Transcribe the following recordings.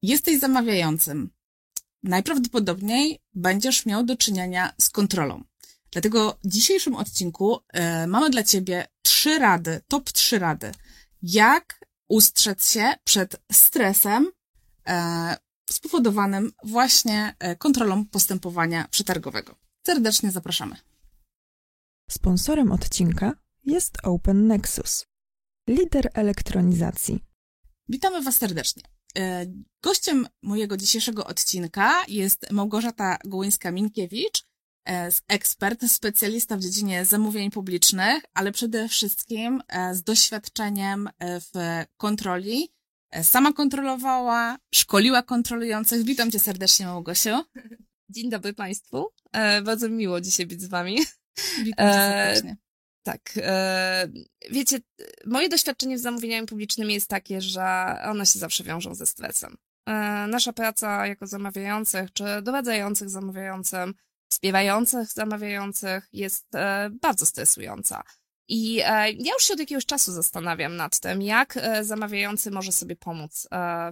Jesteś zamawiającym. Najprawdopodobniej będziesz miał do czynienia z kontrolą. Dlatego w dzisiejszym odcinku mamy dla Ciebie top 3 rady, jak ustrzec się przed stresem spowodowanym właśnie kontrolą postępowania przetargowego. Serdecznie zapraszamy. Sponsorem odcinka jest Open Nexus, lider elektronizacji. Witamy Was serdecznie. Gościem mojego dzisiejszego odcinka jest Małgorzata Gołyńska-Minkiewicz, ekspert, specjalista w dziedzinie zamówień publicznych, ale przede wszystkim z doświadczeniem w kontroli. Sama kontrolowała, szkoliła kontrolujących. Witam Cię serdecznie, Małgosiu. Dzień dobry Państwu. Bardzo miło dzisiaj być z Wami. Witam Cię serdecznie. Tak. Wiecie, moje doświadczenie z zamówieniami publicznymi jest takie, że one się zawsze wiążą ze stresem. Nasza praca jako zamawiających, czy doradzających zamawiającym, wspierających zamawiających jest bardzo stresująca. I ja już się od jakiegoś czasu zastanawiam nad tym, jak zamawiający może sobie pomóc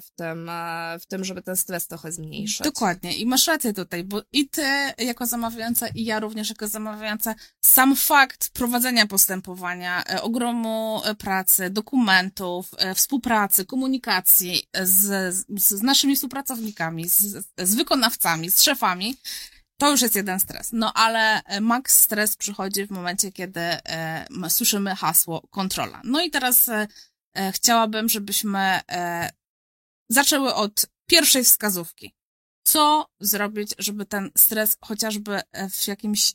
w tym, żeby ten stres trochę zmniejszyć. Dokładnie. I masz rację tutaj, bo i ty jako zamawiająca, i ja również jako zamawiająca, sam fakt prowadzenia postępowania, ogromu pracy, dokumentów, współpracy, komunikacji z naszymi współpracownikami, z wykonawcami, z szefami, to już jest jeden stres. No ale max stres przychodzi w momencie, kiedy słyszymy hasło kontrola. No i teraz chciałabym, żebyśmy zaczęły od pierwszej wskazówki. Co zrobić, żeby ten stres chociażby w jakimś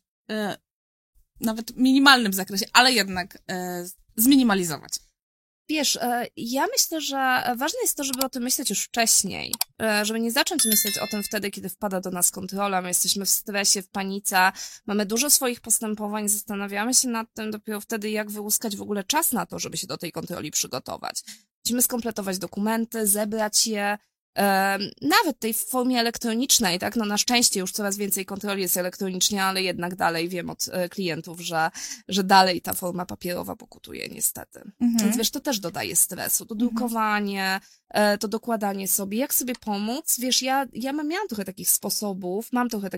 nawet minimalnym zakresie, ale jednak zminimalizować? Wiesz, ja myślę, że ważne jest to, żeby o tym myśleć już wcześniej, żeby nie zacząć myśleć o tym wtedy, kiedy wpada do nas kontrola, my jesteśmy w stresie, w panice, mamy dużo swoich postępowań, zastanawiamy się nad tym dopiero wtedy, jak wyłuskać w ogóle czas na to, żeby się do tej kontroli przygotować. Musimy skompletować dokumenty, zebrać je, nawet tej w formie elektronicznej, tak? No na szczęście już coraz więcej kontroli jest elektronicznie, ale jednak dalej wiem od klientów, że dalej ta forma papierowa pokutuje niestety. Więc wiesz, to też dodaje stresu. To drukowanie, to dokładanie sobie, jak sobie pomóc. Wiesz, ja miałam trochę takich sposobów,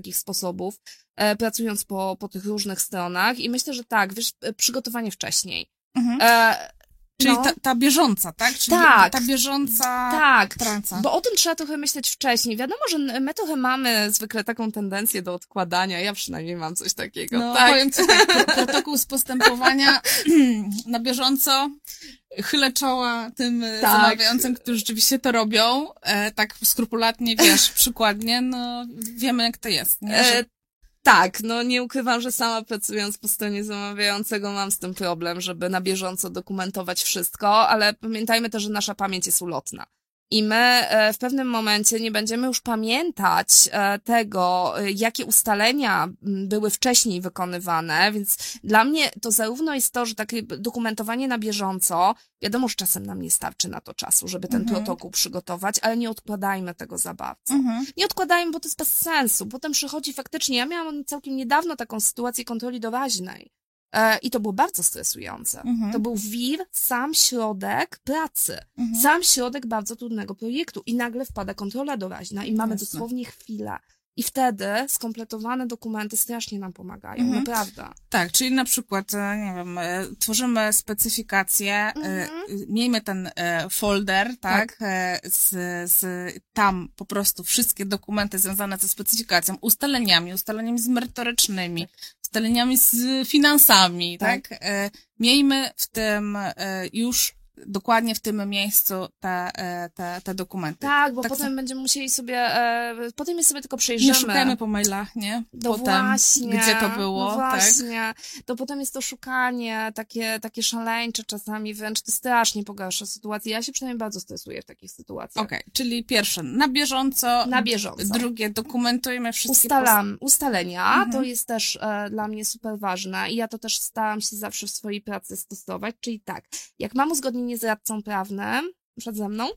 pracując po tych różnych stronach i myślę, że tak, wiesz, przygotowanie wcześniej. Czyli ta bieżąca, tak? Czyli tak, ta bieżąca praca. Bo o tym trzeba trochę myśleć wcześniej. Wiadomo, że my trochę mamy zwykle taką tendencję do odkładania. Ja przynajmniej mam coś takiego. No, tak. Powiem ci tak, protokół z postępowania na bieżąco, chylę czoła tym zamawiającym, którzy rzeczywiście to robią, tak skrupulatnie, wiesz, przykładnie, no wiemy jak to jest, nie? Że... Tak, no nie ukrywam, że sama pracując po stronie zamawiającego mam z tym problem, żeby na bieżąco dokumentować wszystko, ale pamiętajmy też, że nasza pamięć jest ulotna. I my w pewnym momencie nie będziemy już pamiętać tego, jakie ustalenia były wcześniej wykonywane, więc dla mnie to zarówno jest to, że takie dokumentowanie na bieżąco, wiadomo, że czasem nam nie starczy na to czasu, żeby ten protokół przygotować, ale nie odkładajmy tego za bardzo. Nie odkładajmy, bo to jest bez sensu. Potem przychodzi faktycznie, ja miałam całkiem niedawno taką sytuację kontroli doraźnej. I to było bardzo stresujące. To był wir, sam środek pracy, sam środek bardzo trudnego projektu i nagle wpada kontrola doraźna i mamy dosłownie chwilę. I wtedy skompletowane dokumenty strasznie nam pomagają, naprawdę. Tak, czyli na przykład, nie wiem, tworzymy specyfikację, miejmy ten folder, tak? Tam po prostu wszystkie dokumenty związane ze specyfikacją, ustaleniami merytorycznymi, ustaleniami z finansami, tak? Miejmy w tym już dokładnie w tym miejscu te dokumenty. Tak, bo potem będziemy musieli sobie, potem je sobie tylko przejrzymy. Nie szukajmy po mailach, nie? No potem, właśnie, gdzie to było, no właśnie. Tak? To potem jest to szukanie, takie szaleńcze czasami, wręcz to strasznie pogarsza sytuację. Ja się przynajmniej bardzo stresuję w takich sytuacjach. Okej, czyli pierwsze, na bieżąco. Drugie, dokumentujmy wszystkie ustalenia, to jest też dla mnie super ważne i ja to też staram się zawsze w swojej pracy stosować, czyli tak, jak mam uzgodnienie z radcą prawnym, przed ze mną,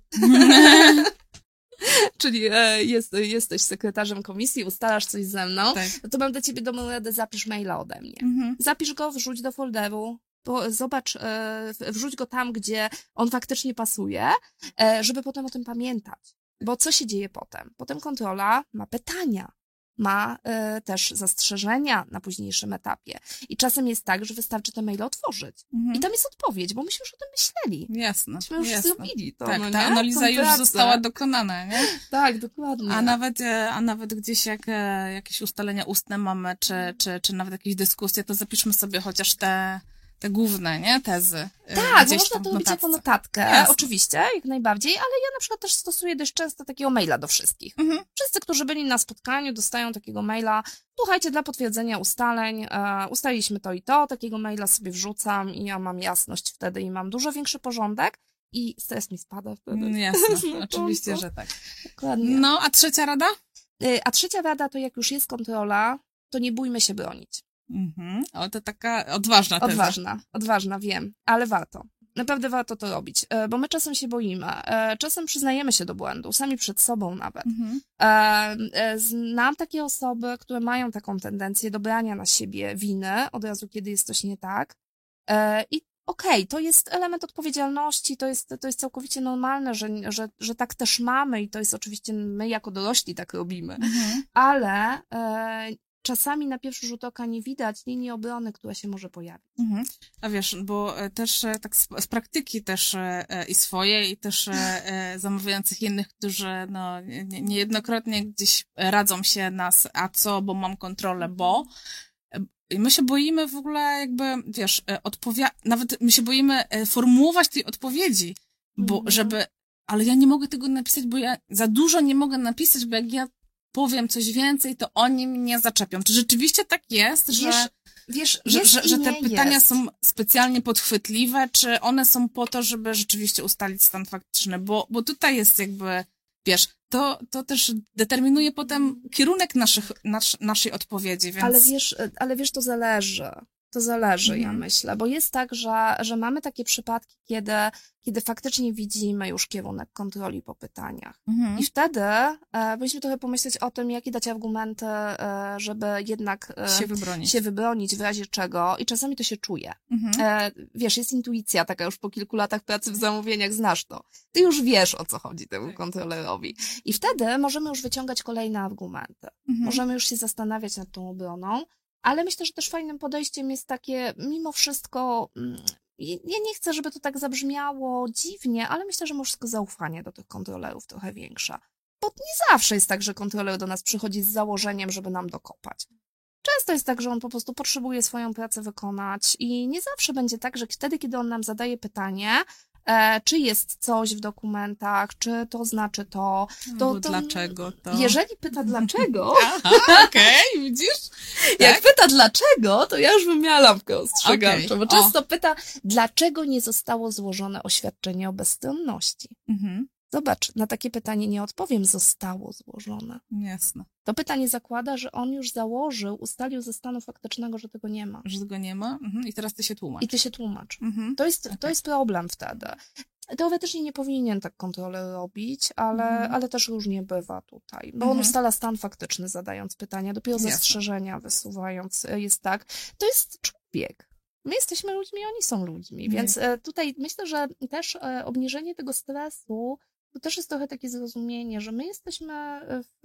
czyli jesteś sekretarzem komisji, ustalasz coś ze mną, no to mam do ciebie dobrą radę, zapisz maila ode mnie. Zapisz go, wrzuć do folderu, zobacz, wrzuć go tam, gdzie on faktycznie pasuje, żeby potem o tym pamiętać. Bo co się dzieje potem? Potem kontrola ma pytania, ma też zastrzeżenia na późniejszym etapie. I czasem jest tak, że wystarczy te maile otworzyć. I tam jest odpowiedź, bo myśmy już o tym myśleli. Jasne. Myśmy już zrobili to. Tak, no ta nie? analiza Tą już pracę. została dokonana, nie? Tak, dokładnie. A nawet gdzieś jak jakieś ustalenia ustne mamy, czy nawet jakieś dyskusje, to zapiszmy sobie chociaż te główne, nie? Tezy. Tak, bo gdzieś można tam w to robić notatce. jako notatkę, Jasne. oczywiście, jak najbardziej, ale ja na przykład też stosuję dość często takiego maila do wszystkich. Wszyscy, którzy byli na spotkaniu, dostają takiego maila. Słuchajcie, dla potwierdzenia ustaleń, ustaliliśmy to i to, takiego maila sobie wrzucam i ja mam jasność wtedy i mam dużo większy porządek i stres mi spada wtedy. Jasne, Znacząco. oczywiście, że tak. Dokładnie. No, a trzecia rada? A trzecia rada to jak już jest kontrola, to nie bójmy się bronić. O, to taka odważna teza. Odważna, wiem, ale warto. Naprawdę warto to robić, bo my czasem się boimy, czasem przyznajemy się do błędu, sami przed sobą nawet. Znam takie osoby, które mają taką tendencję do brania na siebie winy od razu, kiedy jest coś nie tak. I okej, to jest element odpowiedzialności, to jest całkowicie normalne, że tak też mamy i to jest oczywiście my jako dorośli tak robimy, ale czasami na pierwszy rzut oka nie widać linii obrony, która się może pojawić. A wiesz, bo też tak z praktyki też i swojej, i też zamawiających innych, którzy no, niejednokrotnie gdzieś radzą się nas, a co, bo mam kontrolę, bo i my się boimy w ogóle jakby, wiesz, nawet my się boimy formułować tej odpowiedzi, bo ale ja nie mogę tego napisać, bo ja za dużo nie mogę napisać, bo jak ja powiem coś więcej, to oni mnie zaczepią. Czy rzeczywiście tak jest, że te pytania są specjalnie podchwytliwe, czy one są po to, żeby rzeczywiście ustalić stan faktyczny? Bo tutaj jest jakby, wiesz, to też determinuje potem kierunek naszej odpowiedzi, więc... Ale wiesz, to zależy. To zależy, ja myślę, bo jest tak, że mamy takie przypadki, kiedy faktycznie widzimy już kierunek kontroli po pytaniach. I wtedy powinniśmy trochę pomyśleć o tym, jakie dać argumenty, żeby jednak się wybronić w razie czego. I czasami to się czuje. Wiesz, jest intuicja taka już po kilku latach pracy w zamówieniach, znasz to. Ty już wiesz, o co chodzi temu kontrolerowi. I wtedy możemy już wyciągać kolejne argumenty. Możemy już się zastanawiać nad tą obroną. Ale myślę, że też fajnym podejściem jest takie, mimo wszystko, ja nie chcę, żeby to tak zabrzmiało dziwnie, ale myślę, że mimo wszystko zaufanie do tych kontrolerów trochę większe. Bo nie zawsze jest tak, że kontroler do nas przychodzi z założeniem, żeby nam dokopać. Często jest tak, że on po prostu potrzebuje swoją pracę wykonać i nie zawsze będzie tak, że wtedy, kiedy on nam zadaje pytanie, czy jest coś w dokumentach, czy to znaczy to. Dlaczego to? Jeżeli pyta dlaczego... Aha, okej, widzisz? Jak pyta dlaczego, to ja już bym miała lampkę ostrzegawczą, bo Okay. często pyta, dlaczego nie zostało złożone oświadczenie o bezstronności. Zobacz, na takie pytanie nie odpowiem, zostało złożone. Jasne. To pytanie zakłada, że on już ustalił ze stanu faktycznego, że tego nie ma. Że tego nie ma? I teraz ty się tłumacz. I ty się tłumacz. To jest problem wtedy. Teoretycznie nie powinien tak kontroler robić, ale też różnie bywa tutaj, bo on ustala stan faktyczny, zadając pytania, dopiero zastrzeżenia wysuwając, jest tak. To jest człowiek. My jesteśmy ludźmi, oni są ludźmi, więc tutaj myślę, że też obniżenie tego stresu to też jest trochę takie zrozumienie, że my jesteśmy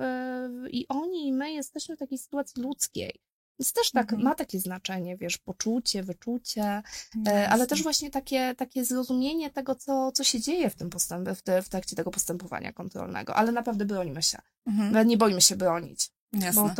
i oni, i my jesteśmy w takiej sytuacji ludzkiej. Więc też tak ma takie znaczenie, wiesz, poczucie, wyczucie, ale też właśnie takie zrozumienie tego, co się dzieje w tym w trakcie tego postępowania kontrolnego. Ale naprawdę bronimy się. Nie boimy się bronić. Jasne. Bo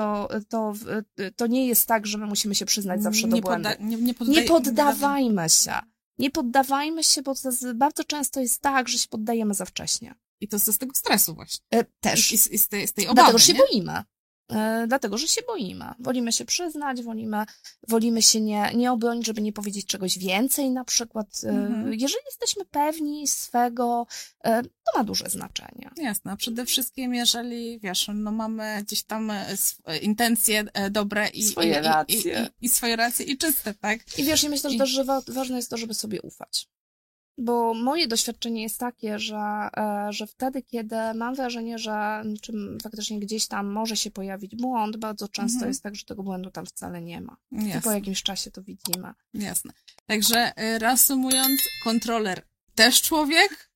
to nie jest tak, że my musimy się przyznać zawsze do błędu. Nie poddawajmy się. Nie poddawajmy się, bo bardzo często jest tak, że się poddajemy za wcześnie. I to z tego stresu właśnie. Też. I z tej obawy, Dlatego, że się boimy. Dlatego, że się boimy. Wolimy się przyznać, wolimy się nie obronić, żeby nie powiedzieć czegoś więcej na przykład. Jeżeli jesteśmy pewni swego, to ma duże znaczenie. Jasne, a przede wszystkim jeżeli, wiesz, no mamy gdzieś tam intencje dobre i swoje racje i czyste, tak? I wiesz, ja myślę, że też ważne jest to, żeby sobie ufać. Bo moje doświadczenie jest takie, że wtedy, kiedy mam wrażenie, że faktycznie gdzieś tam może się pojawić błąd, bardzo często jest tak, że tego błędu tam wcale nie ma. I po jakimś czasie to widzimy. Jasne. Także reasumując, kontroler też człowiek.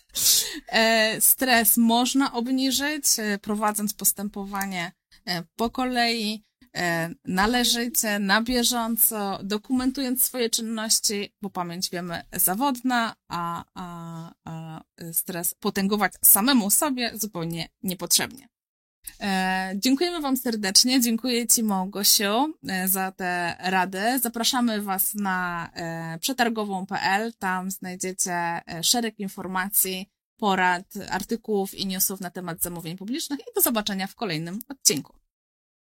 Stres można obniżyć, prowadząc postępowanie po kolei, należycie, na bieżąco, dokumentując swoje czynności, bo pamięć wiemy zawodna, a stres potęgować samemu sobie zupełnie niepotrzebnie. Dziękujemy Wam serdecznie, dziękuję Ci, Małgosiu, za te rady. Zapraszamy Was na przetargową.pl, tam znajdziecie szereg informacji, porad, artykułów i newsów na temat zamówień publicznych i do zobaczenia w kolejnym odcinku.